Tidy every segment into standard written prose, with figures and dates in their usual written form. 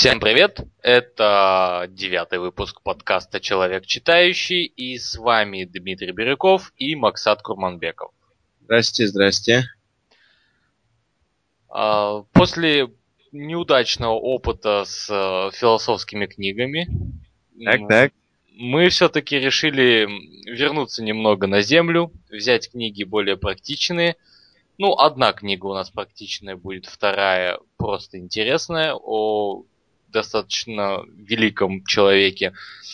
Всем привет! Это 9-й выпуск подкаста «Человек читающий», и с вами Дмитрий Бирюков и Максат Курманбеков. Здрасте. После неудачного опыта с философскими книгами, Так. мы все-таки решили вернуться немного на землю, взять книги более практичные. Одна книга у нас практичная будет, вторая просто интересная, о достаточно великом человеке.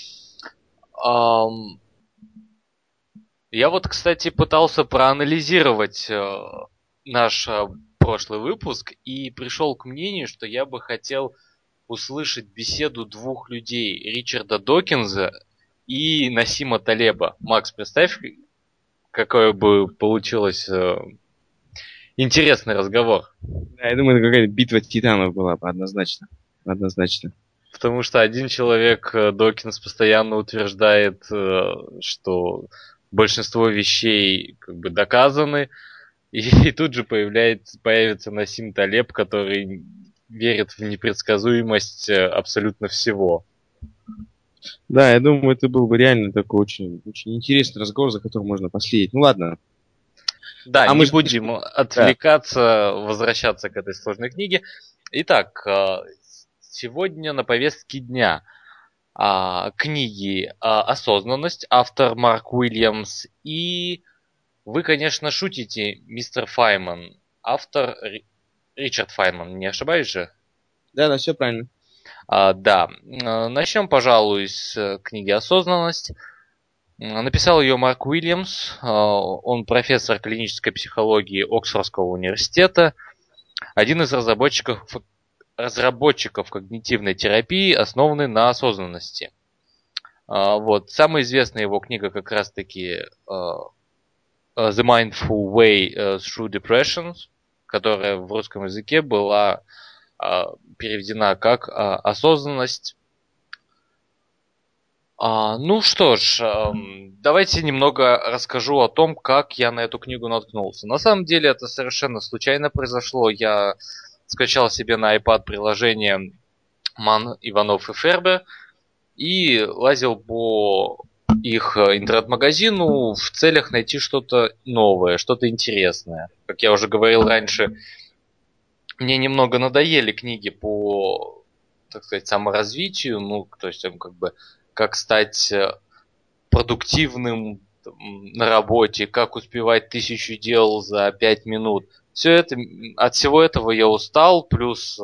Я кстати, пытался проанализировать наш прошлый выпуск и пришел к мнению, что я бы хотел услышать беседу двух людей, Ричарда Докинза и Насима Талеба. Макс, представь, какой бы получилось интересный разговор. Да, я думаю, это какая-то битва титанов была бы однозначно. Потому что один человек, Докинз, постоянно утверждает, что большинство вещей доказаны, и тут же появится Насим Талеб, который верит в непредсказуемость абсолютно всего. Да, я думаю, это был бы реально такой очень, очень интересный разговор, за которым можно последить. Ну ладно. Да, мы будем отвлекаться, возвращаться к этой сложной книге. Итак, сегодня на повестке дня книги «Осознанность», автор Марк Уильямс, и вы, конечно, шутите, мистер Файман, автор Ричард Файман, не ошибаюсь же? Да, все правильно. Да, начнем, пожалуй, с книги «Осознанность». Написал ее Марк Уильямс, он профессор клинической психологии Оксфордского университета, один из разработчиков когнитивной терапии, основанной на осознанности. Самая известная его книга как раз-таки The Mindful Way Through Depression, которая в русском языке была переведена как «Осознанность». Давайте немного расскажу о том, как я на эту книгу наткнулся. На самом деле это совершенно случайно произошло. Я скачал себе на iPad приложение Ман, Иванов и Фербе и лазил по их интернет-магазину в целях найти что-то новое, что-то интересное. Как я уже говорил раньше, мне немного надоели книги по, так сказать, саморазвитию, как стать продуктивным на работе, как успевать 1000 дел за 5 минут. От всего этого я устал, плюс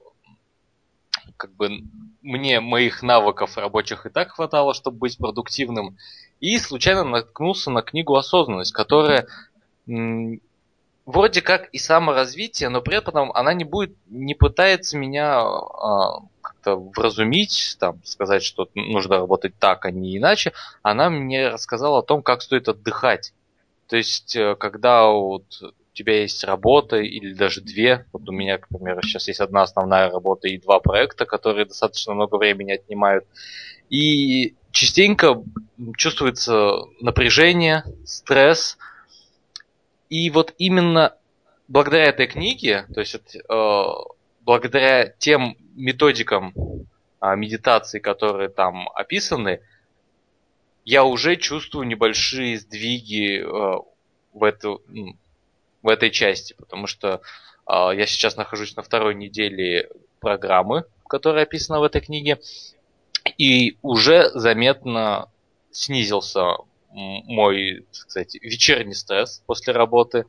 мне моих навыков рабочих и так хватало, чтобы быть продуктивным. И случайно наткнулся на книгу «Осознанность», которая вроде как и саморазвитие, но при этом она не пытается меня как-то вразумить, сказать, что нужно работать так, а не иначе. Она мне рассказала о том, как стоит отдыхать. То есть, когда у тебя есть работа или даже две, у меня, к примеру, сейчас есть одна основная работа и 2 проекта, которые достаточно много времени отнимают, и частенько чувствуется напряжение, стресс. И именно благодаря этой книге, то есть благодаря тем методикам медитации, которые там описаны, я уже чувствую небольшие сдвиги в этой части, потому что я сейчас нахожусь на 2-й неделе программы, которая описана в этой книге, и уже заметно снизился мой, так сказать, вечерний стресс после работы.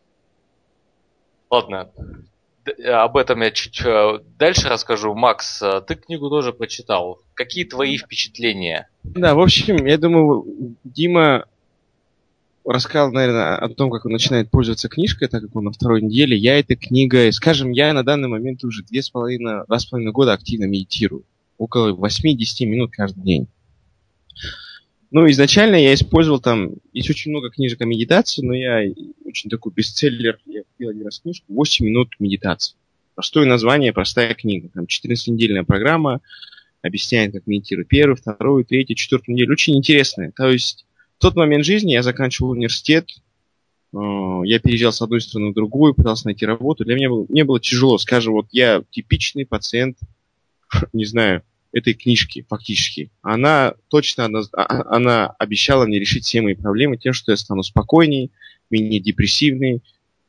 Ладно, об этом я чуть дальше расскажу. Макс, ты книгу тоже прочитал. Какие твои впечатления? Да, в общем, я думаю, Дима рассказал, наверное, о том, как он начинает пользоваться книжкой, так как он на 2-й неделе. Я этой книгой, скажем, я на данный момент уже 2,5 года активно медитирую. Около 8-10 минут каждый день. Изначально я использовал есть очень много книжек о медитации, но я очень такой бестселлер, я купил один раз книжку, 8 минут медитации. Простое название, простая книга. 14-недельная программа, объясняет, как медитировать 1-ю, 2-ю, 3-ю, 4-ю неделю. Очень интересная. То есть в тот момент жизни я заканчивал университет, я переезжал с одной страны в другую, пытался найти работу. Для меня мне было тяжело. Скажем, я типичный пациент не знаю, этой книжки фактически. Она точно, она обещала мне решить все мои проблемы тем, что я стану спокойней, менее депрессивный.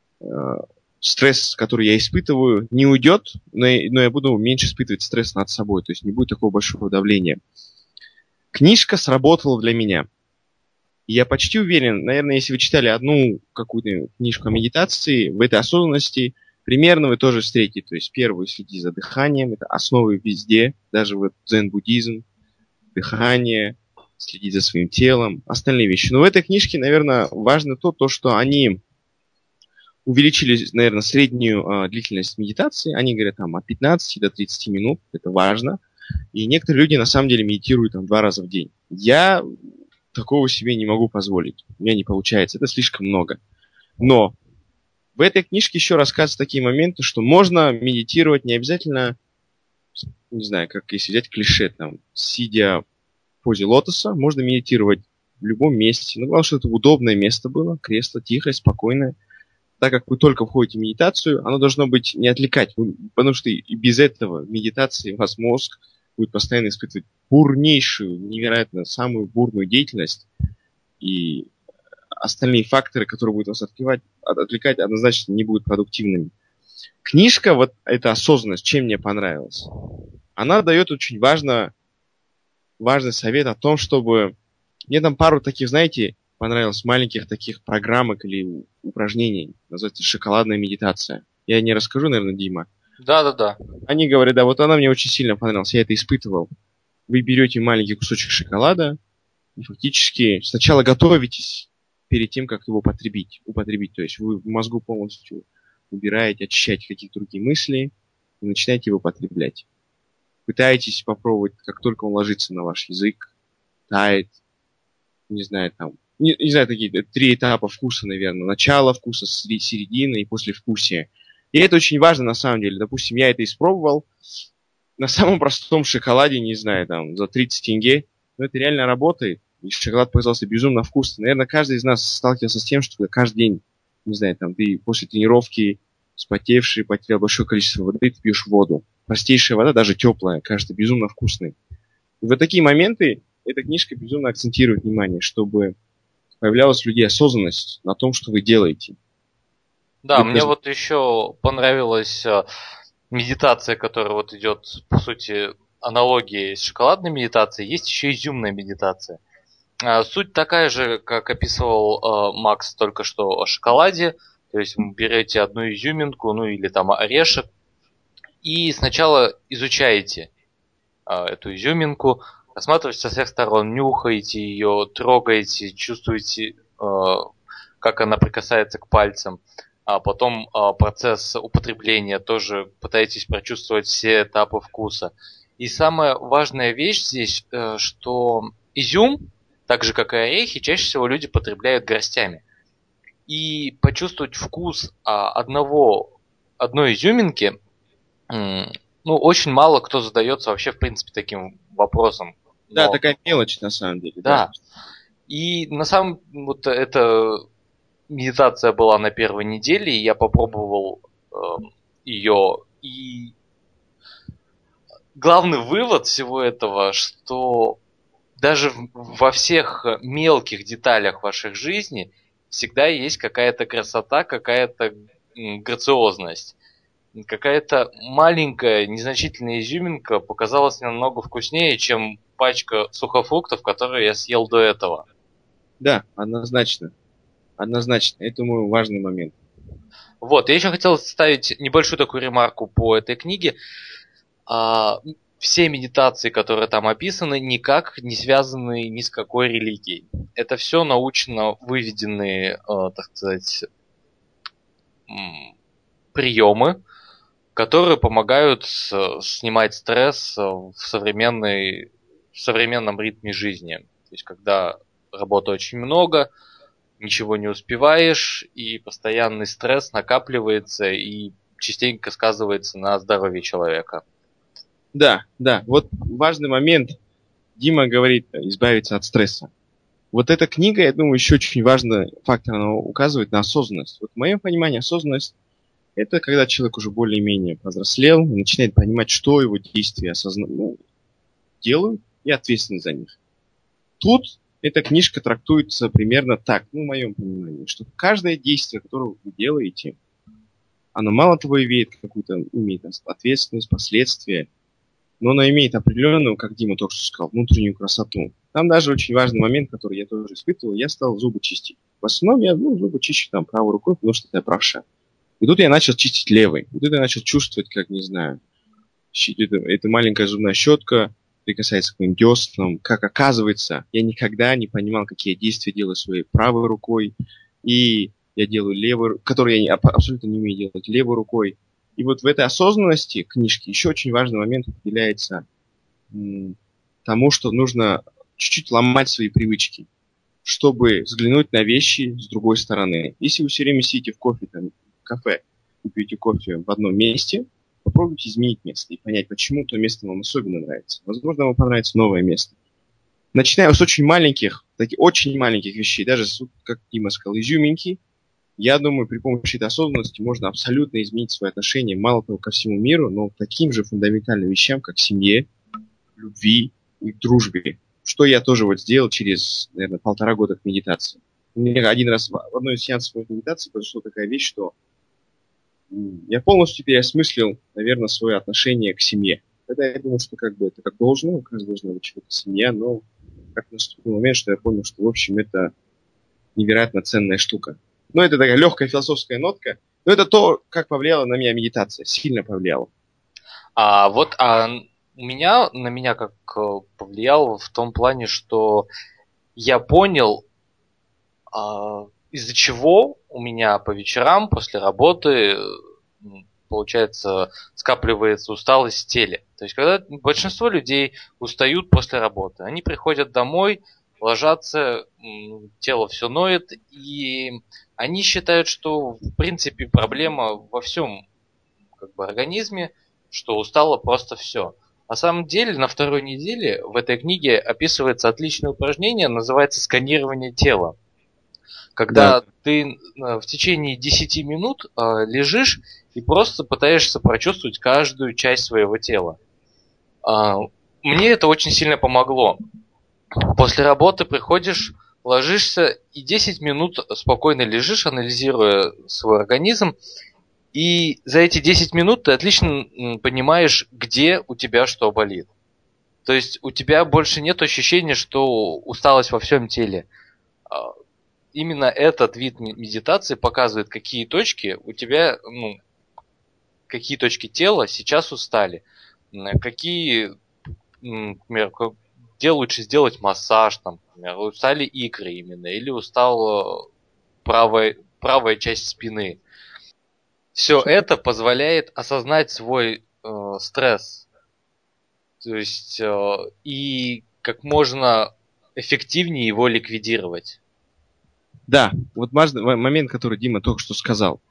Стресс, который я испытываю, не уйдет, но я буду меньше испытывать стресс над собой, то есть не будет такого большого давления. Книжка сработала для меня. И я почти уверен, наверное, если вы читали одну какую-то книжку о медитации, в этой осознанности примерно вы тоже встретите. То есть первую следите за дыханием, это основы везде, даже вот дзен-буддизм, дыхание, следить за своим телом, остальные вещи. Но в этой книжке, наверное, важно то, что они увеличили, наверное, среднюю длительность медитации. Они говорят там от 15 до 30 минут, это важно. И некоторые люди на самом деле медитируют там 2 раза в день. Я такого себе не могу позволить. У меня не получается, это слишком много. Но в этой книжке еще рассказываются такие моменты, что можно медитировать не обязательно, не знаю, как если взять клише, там, сидя в позе лотоса, можно медитировать в любом месте. Но главное, чтобы это удобное место было, кресло тихое, спокойное. Так как вы только входите в медитацию, оно должно быть не отвлекать, потому что и без этого медитации у вас мозг будет постоянно испытывать бурнейшую, невероятно самую бурную деятельность, и остальные факторы, которые будут вас отвлекать, однозначно не будут продуктивными. Книжка, вот эта осознанность, чем мне понравилась? Она дает очень важный совет о том, чтобы... Мне там пару таких, знаете, понравилось маленьких таких программок или упражнений. Называется «Шоколадная медитация». Я не расскажу, наверное, Дима. Да. Они говорят, да, вот она мне очень сильно понравилась, я это испытывал. Вы берете маленький кусочек шоколада и фактически сначала готовитесь перед тем, как его употребить. То есть вы в мозгу полностью убираете, очищаете какие-то другие мысли и начинаете его употреблять. Пытаетесь попробовать, как только он ложится на ваш язык, тает, не знаю, там, не знаю, такие 3 этапа вкуса, наверное. Начало вкуса, середина и послевкусие. И это очень важно на самом деле. Допустим, я это испробовал на самом простом шоколаде, не знаю, там, за 30 тенге. Но это реально работает. И шоколад показался безумно вкусным. Наверное, каждый из нас сталкивался с тем, что каждый день, не знаю, там, ты после тренировки вспотевший, потерял большое количество воды, ты пьешь воду. Простейшая вода, даже теплая, кажется безумно вкусной. И вот такие моменты эта книжка безумно акцентирует внимание, чтобы появлялась у людей осознанность на том, что вы делаете. Да, мне вот еще понравилась медитация, которая вот идет, по сути, аналогия с шоколадной медитацией. Есть еще изюмная медитация. Суть такая же, как описывал Макс только что о шоколаде. То есть вы берете одну изюминку, ну или там орешек, и сначала изучаете эту изюминку, осматриваете со всех сторон, нюхаете ее, трогаете, чувствуете, как она прикасается к пальцам. А потом процесс употребления тоже пытаетесь прочувствовать все этапы вкуса. И самая важная вещь здесь, что изюм, так же как и орехи, чаще всего люди потребляют горстями. И почувствовать вкус одной изюминки, ну, очень мало кто задается вообще, в принципе, таким вопросом. Да, такая мелочь, на самом деле. Да. И на самом вот эта медитация была на первой неделе, и я попробовал ее. И главный вывод всего этого, что даже во всех мелких деталях вашей жизни всегда есть какая-то красота, какая-то грациозность. Какая-то маленькая, незначительная изюминка показалась мне намного вкуснее, чем пачка сухофруктов, которые я съел до этого. Да, однозначно. Однозначно. Это мой важный момент. Вот, я еще хотел вставить небольшую такую ремарку по этой книге. Все медитации, которые там описаны, никак не связаны ни с какой религией. Это все научно выведенные, так сказать, приемы, которые помогают снимать стресс в современном ритме жизни. То есть, когда работы очень много, ничего не успеваешь, и постоянный стресс накапливается и частенько сказывается на здоровье человека. Да. Вот важный момент. Дима говорит, избавиться от стресса. Вот эта книга, я думаю, еще очень важный фактор, она указывает на осознанность. Вот в моем понимании осознанность Это когда человек уже более-менее повзрослел, начинает понимать, что его действия делают, и ответственность за них. Тут эта книжка трактуется примерно так, в моем понимании, что каждое действие, которое вы делаете, оно мало того имеет ответственность, последствия, но оно имеет определенную, как Дима только что сказал, внутреннюю красоту. Там даже очень важный момент, который я тоже испытывал, я стал зубы чистить. В основном я зубы чищу правой рукой, потому что я правша. И тут я начал чистить левой. И тут я начал чувствовать, как, не знаю, эта маленькая зубная щетка прикасается к моим деснам. Как оказывается, я никогда не понимал, какие действия делаю своей правой рукой. И я делаю левой, которые я абсолютно не умею делать левой рукой. И вот в этой осознанности книжки еще очень важный момент определяется тому, что нужно чуть-чуть ломать свои привычки, чтобы взглянуть на вещи с другой стороны. Если вы все время сидите в кафе и пьете кофе в одном месте, попробуйте изменить место и понять, почему то место вам особенно нравится. Возможно, вам понравится новое место. Начиная с очень маленьких вещей, даже, как Дима сказал, изюминки, я думаю, при помощи этой осознанности можно абсолютно изменить свое отношение, мало того, ко всему миру, но к таким же фундаментальным вещам, как семье, любви и дружбе. Что я тоже сделал через, наверное, 1,5 года к медитации. У меня один раз в одной из сеансов медитации произошла такая вещь, что я полностью переосмыслил, наверное, свое отношение к семье. Тогда я думал, что это как должно, у каждого должна быть чего-то семья, но как наступил момент, что я понял, что, в общем, это невероятно ценная штука. Это такая легкая философская нотка, но это то, как повлияла на меня медитация, сильно повлияла. У меня на меня как повлияло в том плане, что я понял, из-за чего у меня по вечерам после работы, получается, скапливается усталость в теле. То есть, когда большинство людей устают после работы, они приходят домой, ложатся, тело все ноет, и они считают, что, в принципе, проблема во всем организме, что устало просто все. На самом деле, на 2-й неделе в этой книге описывается отличное упражнение, называется сканирование тела. Когда ты в течение 10 минут лежишь и просто пытаешься прочувствовать каждую часть своего тела. Мне это очень сильно помогло. После работы приходишь, ложишься и 10 минут спокойно лежишь, анализируя свой организм. И за эти 10 минут ты отлично понимаешь, где у тебя что болит. То есть у тебя больше нет ощущения, что усталость во всем теле. Именно этот вид медитации показывает, какие точки у тебя, какие точки тела сейчас устали. Какие, например, где лучше сделать массаж, например, устали икры именно, или устала правая часть спины. Все это позволяет осознать свой стресс. То есть и как можно эффективнее его ликвидировать. Да, вот важный момент, который Дима только что сказал.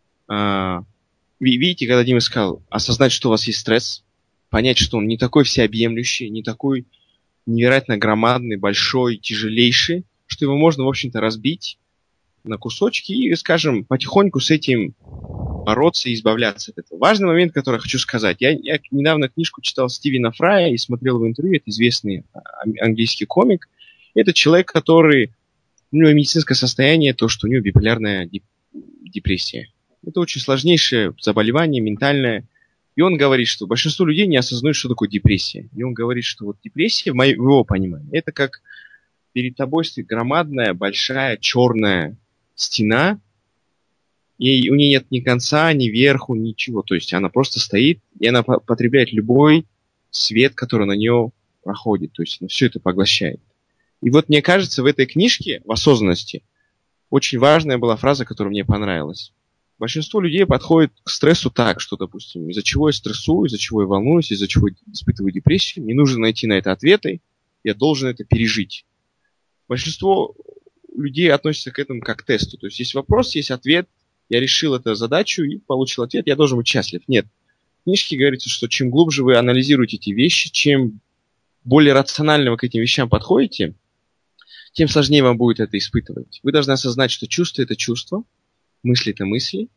Видите, когда Дима сказал, осознать, что у вас есть стресс, понять, что он не такой всеобъемлющий, не такой невероятно громадный, большой, тяжелейший, что его можно, в общем-то, разбить на кусочки и, скажем, потихоньку с этим бороться и избавляться от этого. Важный момент, который я хочу сказать. Я недавно книжку читал Стивена Фрая и смотрел его интервью. Это известный английский комик. Это человек, который... У него медицинское состояние, то, что у него биполярная депрессия. Это очень сложнейшее заболевание, ментальное. И он говорит, что большинство людей не осознают, что такое депрессия. И он говорит, что вот депрессия, в его понимании, это как перед тобой стоит громадная, большая, черная стена, и у нее нет ни конца, ни верху, ничего. То есть она просто стоит, и она потребляет любой свет, который на нее проходит. То есть она все это поглощает. И вот мне кажется, в этой книжке, в осознанности, очень важная была фраза, которая мне понравилась. Большинство людей подходит к стрессу так, что, допустим, из-за чего я стрессую, из-за чего я волнуюсь, из-за чего я испытываю депрессию, мне нужно найти на это ответы, я должен это пережить. Большинство людей относятся к этому как к тесту. То есть есть вопрос, есть ответ, я решил эту задачу и получил ответ, я должен быть счастлив. Нет. В книжке говорится, что чем глубже вы анализируете эти вещи, чем более рационально вы к этим вещам подходите, тем сложнее вам будет это испытывать. Вы должны осознать, что чувство – это чувство, мысли – это мысли,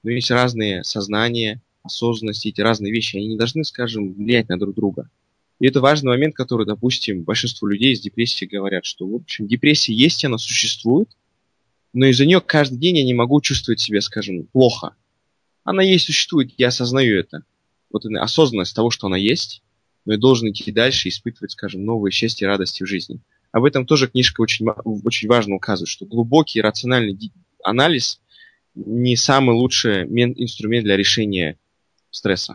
но есть разные сознания, осознанности, эти разные вещи, они не должны, скажем, влиять на друг друга. И это важный момент, который, допустим, большинство людей с депрессией говорят, что, в общем, депрессия есть, она существует, но из-за нее каждый день я не могу чувствовать себя, скажем, плохо. Она есть, существует, я осознаю это. Вот осознанность того, что она есть, но я должен идти дальше и испытывать, скажем, новые счастья и радости в жизни. Об этом тоже книжка очень важно указывает, что глубокий рациональный анализ не самый лучший инструмент для решения стресса.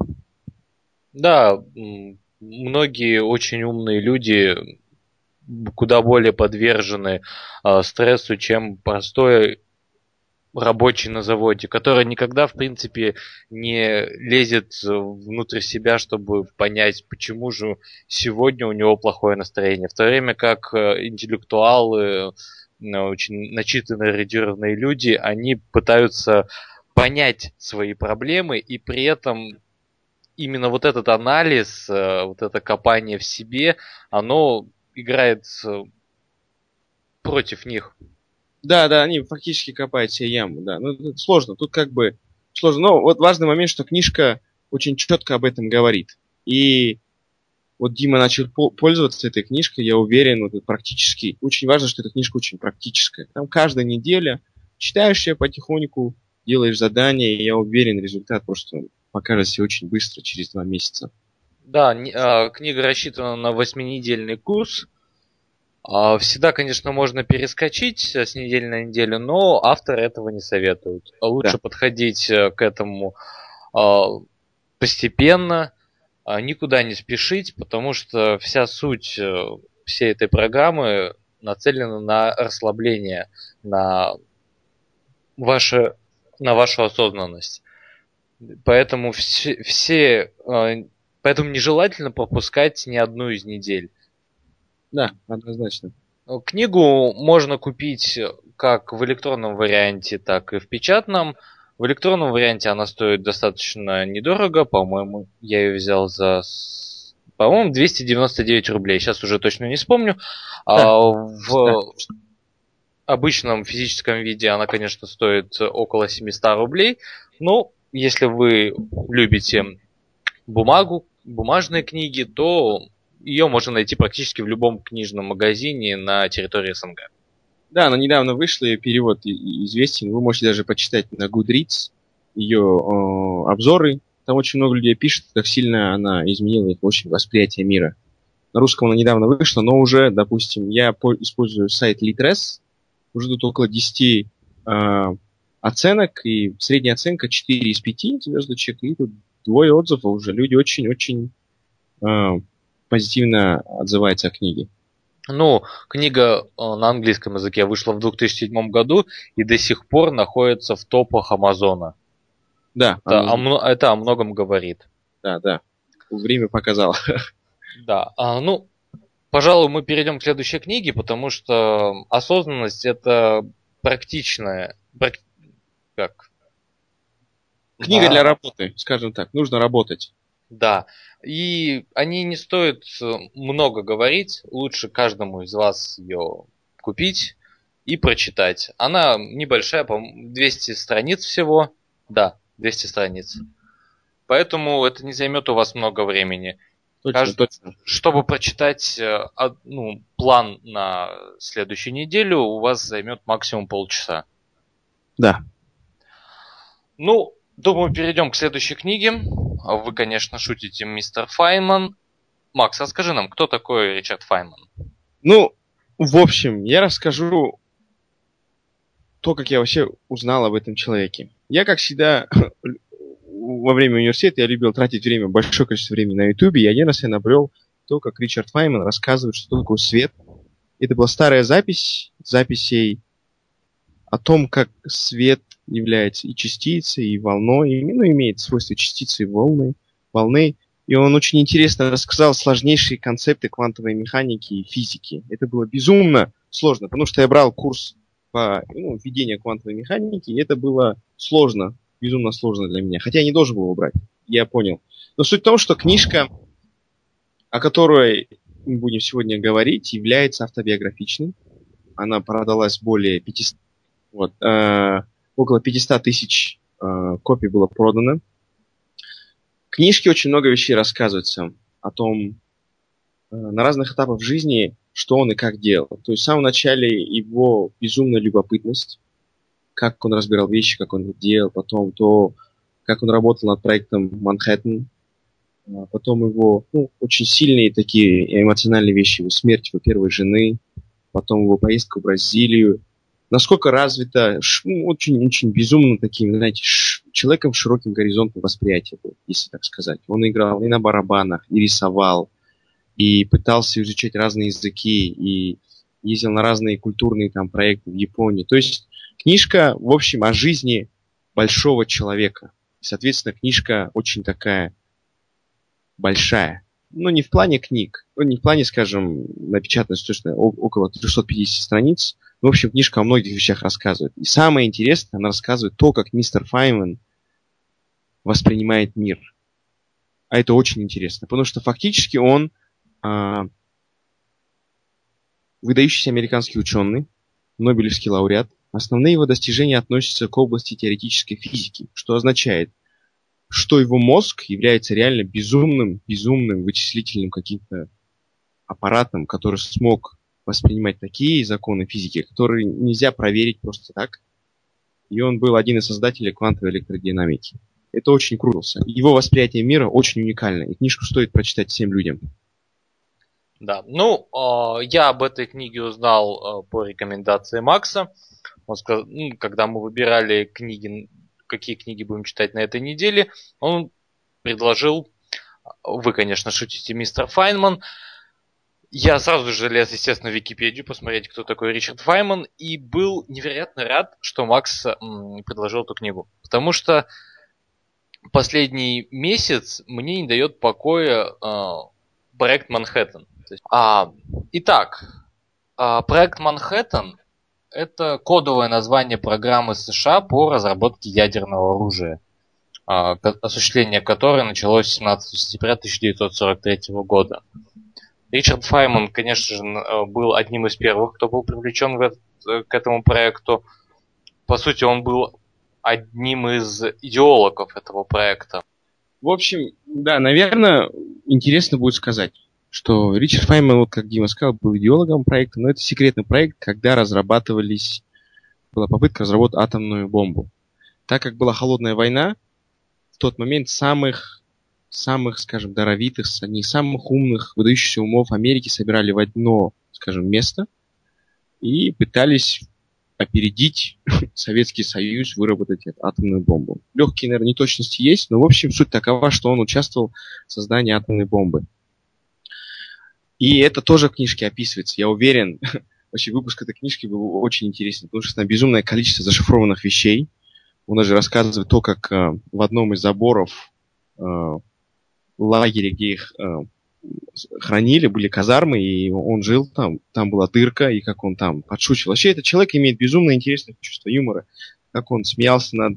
Да, многие очень умные люди куда более подвержены стрессу, чем простой рабочий на заводе, который никогда, в принципе, не лезет внутрь себя, чтобы понять, почему же сегодня у него плохое настроение. В то время как интеллектуалы, очень начитанные, эрудированные люди, они пытаются понять свои проблемы, и при этом именно вот этот анализ, вот это копание в себе, оно играет против них. Да, они фактически копают себе яму, да. Ну, это сложно, тут как бы сложно. Но вот важный момент, что книжка очень четко об этом говорит. И вот Дима начал пользоваться этой книжкой, я уверен, вот практически. Очень важно, что эта книжка очень практическая. Там каждая неделя читаешь ее потихоньку, делаешь задания, и я уверен, результат просто покажется очень быстро, через 2 месяца. Да, книга рассчитана на 8-недельный курс. Всегда, конечно, можно перескочить с недели на неделю, но авторы этого не советуют. Лучше подходить к этому постепенно, никуда не спешить, потому что вся суть всей этой программы нацелена на расслабление, на вашу осознанность. Поэтому поэтому нежелательно пропускать ни одну из недель. Да, однозначно. Книгу можно купить как в электронном варианте, так и в печатном. В электронном варианте она стоит достаточно недорого. По-моему, я ее взял за, по-моему, 299 рублей. Сейчас уже точно не вспомню. Да. В обычном физическом виде она, конечно, стоит около 700 рублей. Но если вы любите бумажные книги, то ее можно найти практически в любом книжном магазине на территории СНГ. Да, она недавно вышла, и перевод известен. Вы можете даже почитать на Goodreads ее обзоры. Там очень много людей пишет, как сильно она изменила их очень восприятие мира. На русском она недавно вышла, но уже, допустим, я использую сайт Litres. Уже тут около 10 оценок, и средняя оценка 4 из 5 звездочек, и тут 2 отзыва уже. Люди очень-очень позитивно отзываются о книге. Ну, книга на английском языке вышла в 2007 году и до сих пор находится в топах Амазона. Да. Это о многом говорит. Да. Время показало. Да. Пожалуй, мы перейдем к следующей книге, потому что осознанность это практичная. Книга для работы, скажем так. Нужно работать. Да. И о ней не стоит много говорить. Лучше каждому из вас ее купить и прочитать. Она небольшая, по-моему, 200 страниц всего. Да, 200 страниц. Поэтому это не займет у вас много времени. Точно. Чтобы прочитать план на следующую неделю, у вас займет максимум полчаса. Да. Думаю, перейдем к следующей книге. Вы, конечно, шутите, мистер Файнман. Макс, расскажи нам, кто такой Ричард Файнман? В общем, я расскажу то, как я вообще узнал об этом человеке. Я, как всегда, во время университета я любил тратить большое количество времени на Ютубе, и один раз я набрел то, как Ричард Файнман рассказывает, что такое свет. Это была старая записей о том, как свет является и частицей, и волной, имеет свойства частицы и волны. И он очень интересно рассказал сложнейшие концепты квантовой механики и физики. Это было безумно сложно, потому что я брал курс по введению квантовой механики, и это было сложно, безумно сложно для меня. Хотя я не должен был его брать, я понял. Но суть в том, что книжка, о которой мы будем сегодня говорить, является автобиографичной. Она продалась более 500, около 500 тысяч копий было продано. В книжке очень много вещей рассказывается о том, на разных этапах жизни, что он и как делал. То есть в самом начале его безумная любопытность, как он разбирал вещи, как он их делал, потом то, как он работал над проектом «Манхэттен», потом его очень сильные такие эмоциональные вещи, его смерть его первой жены, потом его поездка в Бразилию. Насколько развито, очень-очень безумно таким, знаете, человеком с широким горизонтом восприятия, если так сказать. Он играл и на барабанах, и рисовал, и пытался изучать разные языки, и ездил на разные культурные там проекты в Японии. То есть книжка, в общем, о жизни большого человека. Соответственно, книжка очень такая большая. Ну, не в плане книг, не в плане, скажем, напечатанности, точно около 350 страниц. В общем, книжка о многих вещах рассказывает. И самое интересное, она рассказывает то, как мистер Файман воспринимает мир. А это очень интересно, потому что фактически он выдающийся американский ученый, Нобелевский лауреат. Основные его достижения относятся к области теоретической физики, что означает, что его мозг является реально безумным вычислительным каким-то аппаратом, который смог воспринимать такие законы физики, которые нельзя проверить просто так. И он был один из создателей квантовой электродинамики. Это очень круто. Его восприятие мира очень уникально, и книжку стоит прочитать всем людям. Да, я об этой книге узнал по рекомендации Макса. Он сказал, когда мы выбирали книги, какие книги будем читать на этой неделе, он предложил, вы, конечно, шутите, мистер Файнман. Я сразу же лез, естественно, в Википедию посмотреть, кто такой Ричард Файнман, и был невероятно рад, что Макс предложил эту книгу. Потому что последний месяц мне не дает покоя проект «Манхэттен». Итак, проект «Манхэттен» — это кодовое название программы США по разработке ядерного оружия, осуществление которой началось 17 сентября 1943 года. Ричард Файман, конечно же, был одним из первых, кто был привлечен к этому проекту. По сути, он был одним из идеологов этого проекта. В общем, да, наверное, интересно будет сказать, что Ричард Файман, вот как Дима сказал, был идеологом проекта, но это секретный проект, когда была попытка разработать атомную бомбу. Так как была холодная война, в тот момент самых, скажем, даровитых, не самых умных, выдающихся умов Америки собирали в одно, скажем, место и пытались опередить Советский Союз, выработать эту атомную бомбу. Легкие, наверное, неточности есть, но, в общем, суть такова, что он участвовал в создании атомной бомбы. И это тоже в книжке описывается. Я уверен, вообще выпуск этой книжки был очень интересен, потому что там безумное количество зашифрованных вещей. Он даже рассказывает то, как в одном из заборов лагеря, где их хранили, были казармы, и он жил там была дырка, и как он там подшучивал. Вообще, этот человек имеет безумно интересное чувство юмора, как он смеялся над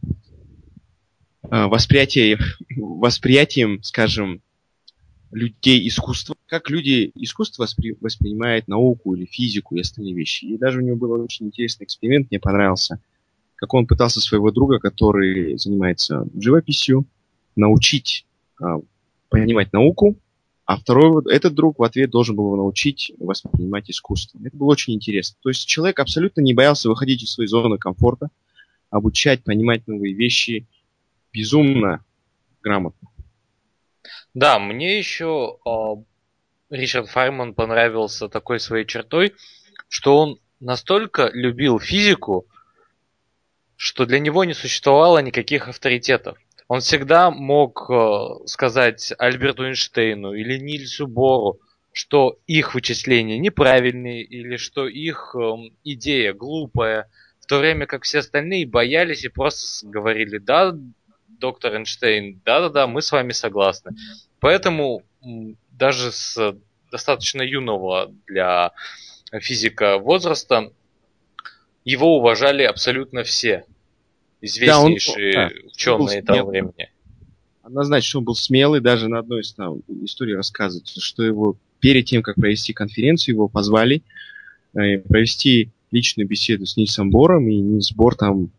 восприятием, скажем, людей искусства, как люди искусство воспринимают науку или физику и остальные вещи. И даже у него был очень интересный эксперимент, мне понравился, как он пытался своего друга, который занимается живописью, научить понимать науку, а этот друг в ответ должен был его научить воспринимать искусство. Это было очень интересно. То есть человек абсолютно не боялся выходить из своей зоны комфорта, обучать, понимать новые вещи безумно грамотно. Да, мне еще Ричард Файман понравился такой своей чертой, что он настолько любил физику, что для него не существовало никаких авторитетов. Он всегда мог сказать Альберту Эйнштейну или Нильсу Бору, что их вычисления неправильные или что их идея глупая, в то время как все остальные боялись и просто говорили: да, доктор Эйнштейн, да-да-да, мы с вами согласны. Поэтому даже с достаточно юного для физика возраста его уважали абсолютно все известнейшие ученые того времени. Однозначно, что он был смелый, даже на одной из историй рассказывается, что его перед тем, как провести конференцию, его позвали провести личную беседу с Нильсом Бором, и Нильс Бор там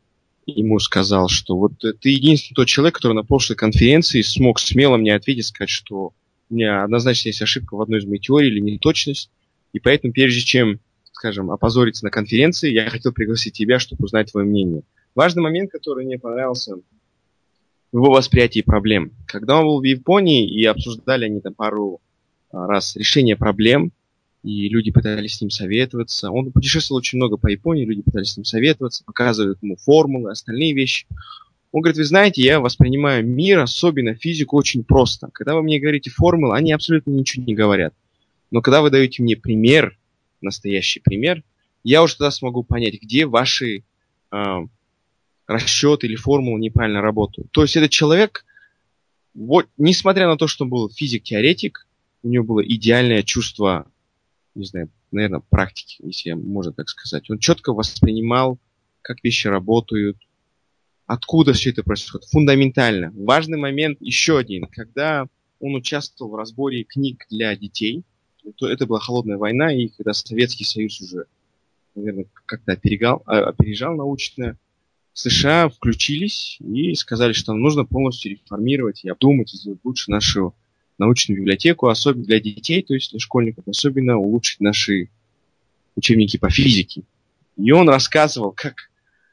ему сказал, что вот ты единственный тот человек, который на прошлой конференции смог смело мне ответить, сказать, что у меня однозначно есть ошибка в одной из моих теорий или неточность, и поэтому прежде чем, скажем, опозориться на конференции, я хотел пригласить тебя, чтобы узнать твое мнение. Важный момент, который мне понравился в его восприятии проблем. Когда он был в Японии и обсуждали они там пару раз решение проблем, и люди пытались с ним советоваться. Он путешествовал очень много по Японии, люди пытались с ним советоваться, показывают ему формулы, остальные вещи. Он говорит, вы знаете, я воспринимаю мир, особенно физику, очень просто. Когда вы мне говорите формулы, они абсолютно ничего не говорят. Но когда вы даете мне пример, настоящий пример, я уже тогда смогу понять, где ваши расчеты или формулы неправильно работают. То есть этот человек, вот, несмотря на то, что он был физик-теоретик, у него было идеальное чувство, не знаю, наверное, практики, если можно так сказать. Он четко воспринимал, как вещи работают, откуда все это происходит. Фундаментально. Важный момент еще один. Когда он участвовал в разборе книг для детей, то это была холодная война, и когда Советский Союз уже, наверное, как-то опережал научно, США включились и сказали, что нам нужно полностью реформировать и обдумать, и сделать лучше нашу научную библиотеку, особенно для детей, то есть для школьников, особенно улучшить наши учебники по физике. И он рассказывал, как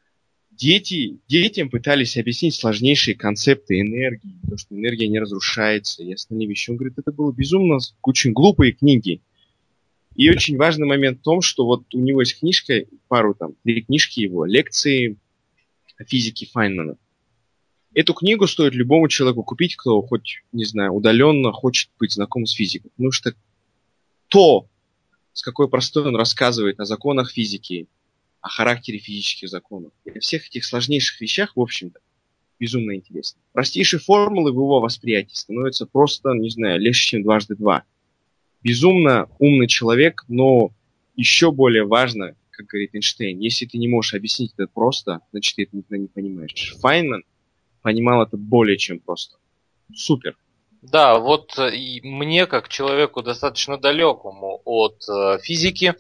детям пытались объяснить сложнейшие концепты энергии, то, что энергия не разрушается и остальные вещи. Он говорит, это было безумно, очень глупые книги. И очень важный момент в том, что вот у него есть книжка, три книжки его, лекции о физике Файнмана. Эту книгу стоит любому человеку купить, кто хоть, не знаю, удаленно хочет быть знаком с физикой. Потому что то, с какой простотой он рассказывает о законах физики, о характере физических законов, и о всех этих сложнейших вещах, в общем-то, безумно интересно. Простейшие формулы в его восприятии становятся просто, не знаю, легче, чем дважды два. Безумно умный человек, но еще более важно, как говорит Эйнштейн, если ты не можешь объяснить это просто, значит, ты это никогда не понимаешь. Файнман понимал это более чем просто. Супер. Да, вот и мне, как человеку достаточно далекому от физики,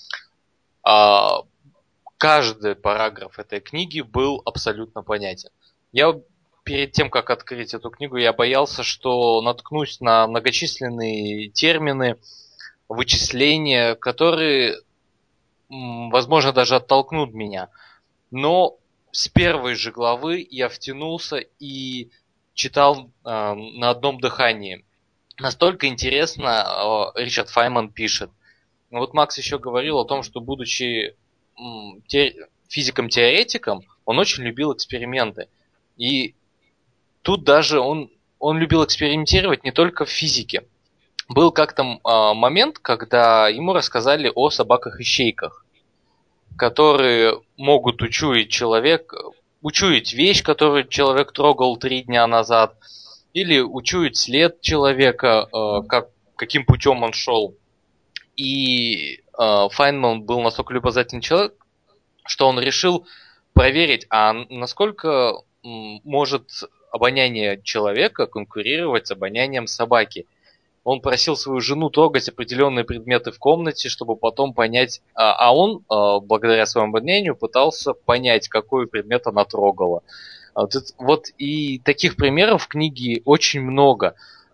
каждый параграф этой книги был абсолютно понятен. Я перед тем, как открыть эту книгу, я боялся, что наткнусь на многочисленные термины, вычисления, которые, возможно, даже оттолкнут меня. Но с первой же главы я втянулся и читал на одном дыхании. Настолько интересно Ричард Файнман пишет. Вот Макс еще говорил о том, что, будучи физиком-теоретиком, он очень любил эксперименты. И тут даже он любил экспериментировать не только в физике. Был как-то момент, когда ему рассказали о собаках-ищейках, которые могут учуять вещь, которую человек трогал 3 дня назад, или учуять след человека, каким путем он шел. И Файнман был настолько любознательный человек, что он решил проверить, а насколько может обоняние человека конкурировать с обонянием собаки. Он просил свою жену трогать определенные предметы в комнате, чтобы потом понять, а он, благодаря своему обонянию, пытался понять, какой предмет она трогала. Вот и таких примеров в книге очень много.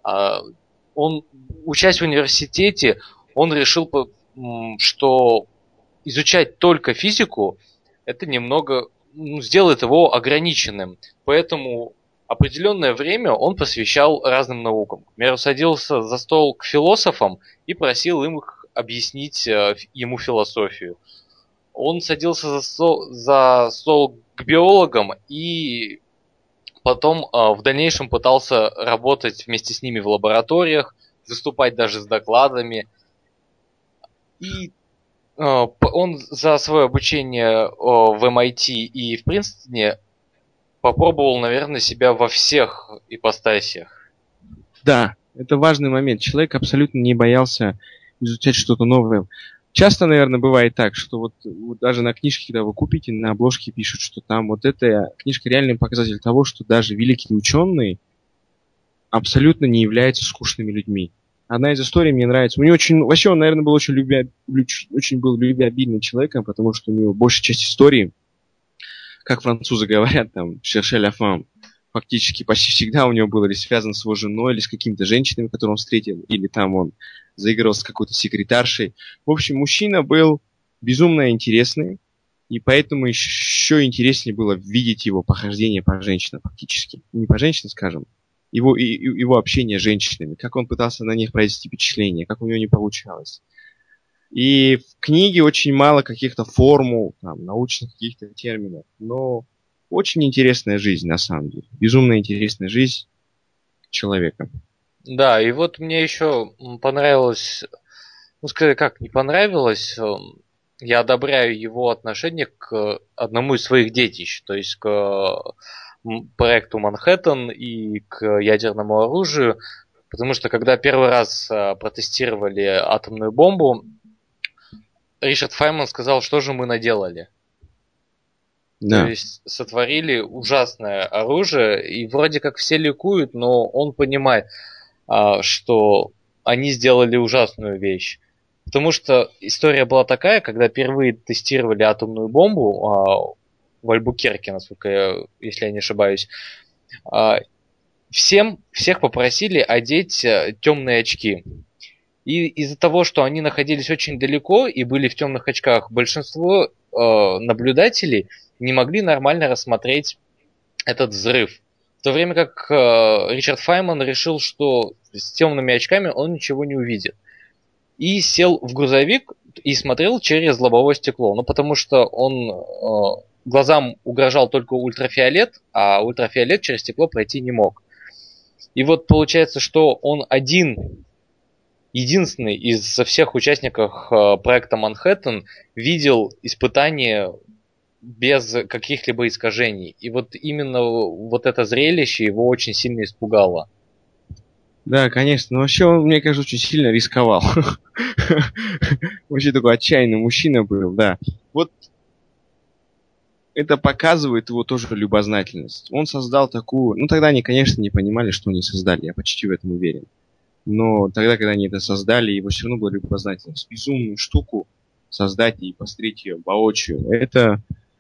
Учась в университете, он решил, что изучать только физику, это немного сделает его ограниченным. Поэтому определенное время он посвящал разным наукам. К примеру, садился за стол к философам и просил им объяснить ему философию. Он садился за стол к биологам и потом в дальнейшем пытался работать вместе с ними в лабораториях, выступать даже с докладами. И он за свое обучение в MIT и в Принстоне попробовал, наверное, себя во всех ипостасиях. Да, это важный момент. Человек абсолютно не боялся изучать что-то новое. Часто, наверное, бывает так, что вот даже на книжке, когда вы купите, на обложке пишут, что там вот эта книжка реальный показатель того, что даже великие ученые абсолютно не являются скучными людьми. Одна из историй мне нравится. У него вообще он, наверное, был очень любвеобильным человеком, потому что у него большая часть истории, как французы говорят, там, «chercher la femme». Фактически почти всегда у него было или связано с его женой, или с какими-то женщинами, которые он встретил, или там он заиграл с какой-то секретаршей. В общем, мужчина был безумно интересный, и поэтому еще интереснее было видеть его похождение по женщинам фактически. Не по женщинам, скажем, его общение с женщинами, как он пытался на них произвести впечатление, как у него не получалось. И в книге очень мало каких-то формул, там, научных каких-то терминов, но очень интересная жизнь, на самом деле. Безумно интересная жизнь человека. Да, и вот мне еще понравилось, ну, скажем, как не понравилось, я одобряю его отношение к одному из своих детищ, то есть к проекту Манхэттен и к ядерному оружию, потому что когда первый раз протестировали атомную бомбу, Ричард Файман сказал, что же мы наделали. Да. То есть сотворили ужасное оружие, и вроде как все ликуют, но он понимает, что они сделали ужасную вещь. Потому что история была такая, когда впервые тестировали атомную бомбу в Альбукерке, если я не ошибаюсь, всех попросили одеть темные очки. И из-за того, что они находились очень далеко и были в темных очках, большинство наблюдателей не могли нормально рассмотреть этот взрыв. В то время как Ричард Файман решил, что с темными очками он ничего не увидит. И сел в грузовик и смотрел через лобовое стекло. Ну, потому что он глазам угрожал только ультрафиолет, а ультрафиолет через стекло пройти не мог. И вот получается, что он единственный из всех участников проекта Манхэттен видел испытания без каких-либо искажений. И вот именно вот это зрелище его очень сильно испугало. Да, конечно. Но вообще он, мне кажется, очень сильно рисковал. Вообще такой отчаянный мужчина был, да. Вот это показывает его тоже любознательность. Он создал такую... Ну, тогда они, конечно, не понимали, что они создали. Я почти в этом уверен. Но тогда, когда они это создали, его все равно была любознательность. Безумную штуку создать и посмотреть ее воочию. Это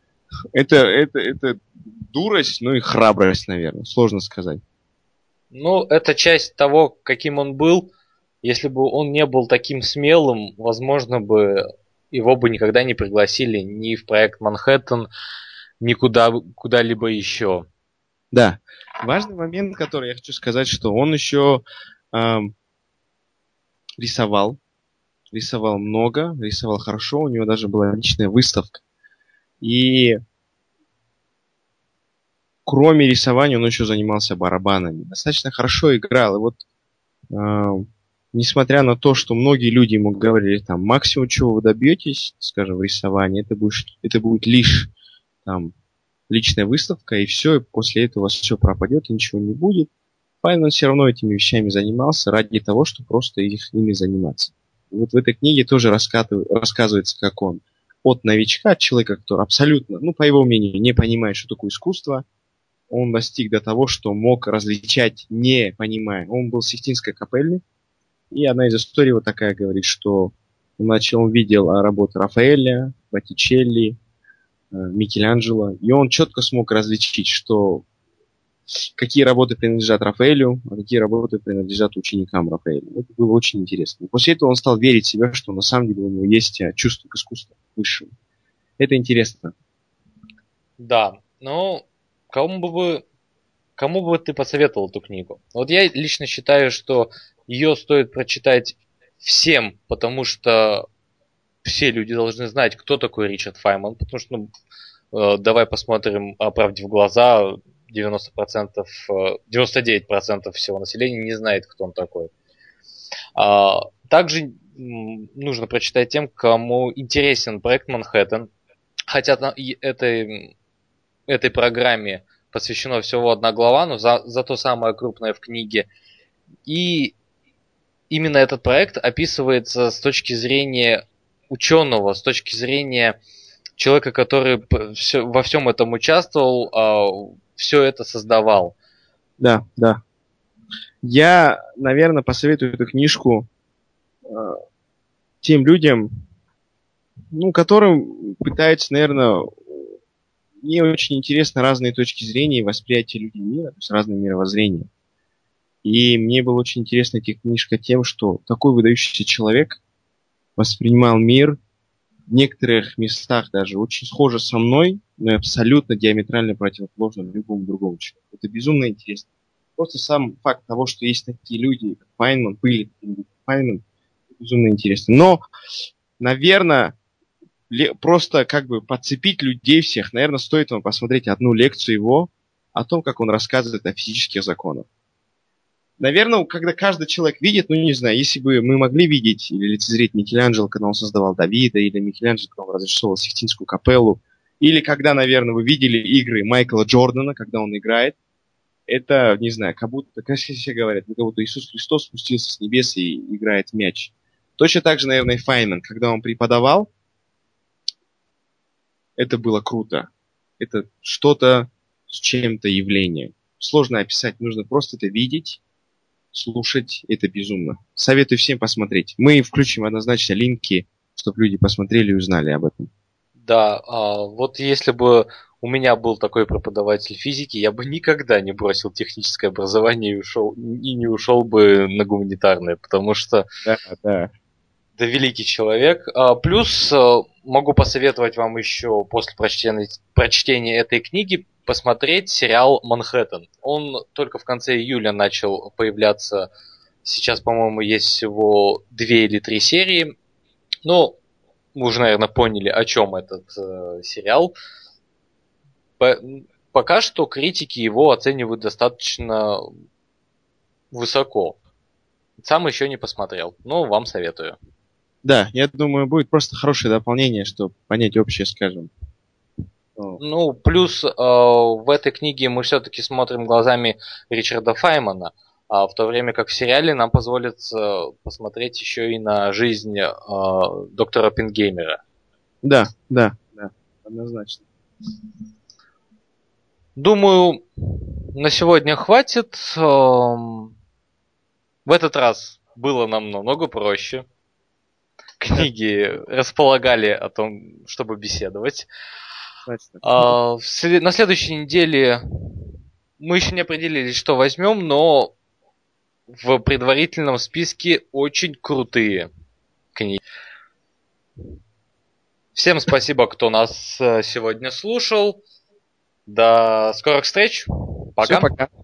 дурость, ну и храбрость, наверное. Сложно сказать. Ну, это часть того, каким он был. Если бы он не был таким смелым, возможно бы его бы никогда не пригласили ни в проект Манхэттен, ни куда-либо еще. Да. Важный момент, который я хочу сказать, что он еще рисовал. Рисовал много, рисовал хорошо. У него даже была личная выставка. И кроме рисования он еще занимался барабанами. Достаточно хорошо играл. И вот несмотря на то, что многие люди ему говорили, там, максимум, чего вы добьетесь, скажем, в рисовании, это будет лишь там, личная выставка, и все, и после этого у вас все пропадет, и ничего не будет. Файман все равно этими вещами занимался ради того, чтобы просто ими заниматься. И вот в этой книге тоже рассказывается, как он от новичка, от человека, который абсолютно, ну, по его мнению, не понимает, что такое искусство, он достиг до того, что мог различать, не понимая. Он был в Сикстинской капелле, и одна из историй вот такая говорит, что он видел работы Рафаэля, Боттичелли, Микеланджело, и он четко смог различить, что какие работы принадлежат Рафаэлю, а какие работы принадлежат ученикам Рафаэля. Это было очень интересно. И после этого он стал верить в себя, что на самом деле у него есть чувство к искусству высшему. Это интересно. Да, но кому бы ты посоветовал эту книгу? Вот я лично считаю, что ее стоит прочитать всем, потому что все люди должны знать, кто такой Ричард Файман, потому что, давай посмотрим правде в глаза, 99% всего населения не знает, кто он такой. Также нужно прочитать тем, кому интересен проект Манхэттен, хотя этой программе посвящена всего одна глава, но зато самая крупная в книге. И именно этот проект описывается с точки зрения ученого, с точки зрения человека, который во всем этом участвовал, все это создавал. Да, да. Я, наверное, посоветую эту книжку тем людям, ну, которым пытаются, наверное, мне очень интересны разные точки зрения и восприятия людей мира, то есть разные мировоззрения. И мне было очень интересна эта книжка тем, что такой выдающийся человек воспринимал мир в некоторых местах даже очень схоже со мной, но и абсолютно диаметрально противоположно любому другому человеку. Это безумно интересно. Просто сам факт того, что есть такие люди, как Файнман, были такие люди, как Файнман, безумно интересно. Но, наверное, просто как бы подцепить людей всех, наверное, стоит вам посмотреть одну лекцию его о том, как он рассказывает о физических законах. Наверное, когда каждый человек видит, ну, не знаю, если бы мы могли видеть или лицезреть Микеланджело, когда он создавал Давида, или Микеланджело, когда он разрисовывал Сикстинскую капеллу, или когда, наверное, вы видели игры Майкла Джордана, когда он играет, это, не знаю, как будто, как все говорят, как будто Иисус Христос спустился с небес и играет в мяч. Точно так же, наверное, и Файнман, когда он преподавал, это было круто. Это что-то с чем-то явление. Сложно описать, нужно просто это видеть, слушать, это безумно. Советую всем посмотреть. Мы включим однозначно линки, чтобы люди посмотрели и узнали об этом. Да, вот если бы у меня был такой преподаватель физики, я бы никогда не бросил техническое образование и не ушел бы на гуманитарное, потому что Да, да. да, великий человек. Плюс могу посоветовать вам еще после прочтения этой книги посмотреть сериал «Манхэттен». Он только в конце июля начал появляться. Сейчас, по-моему, есть всего 2 или 3 серии. Но вы уже, наверное, поняли, о чем этот сериал. Пока что критики его оценивают достаточно высоко. Сам еще не посмотрел, но вам советую. Да, я думаю, будет просто хорошее дополнение, чтобы понять общее, скажем. Ну, плюс в этой книге мы все-таки смотрим глазами Ричарда Файмана, а в то время как в сериале нам позволит посмотреть еще и на жизнь доктора Пингеймера. Да, да, да, однозначно. Думаю, на сегодня хватит. В этот раз было нам намного проще. Книги располагали о том, чтобы беседовать. На следующей неделе мы еще не определились, что возьмем, но в предварительном списке очень крутые книги. Всем спасибо, кто нас сегодня слушал. До скорых встреч. Пока. Все, пока.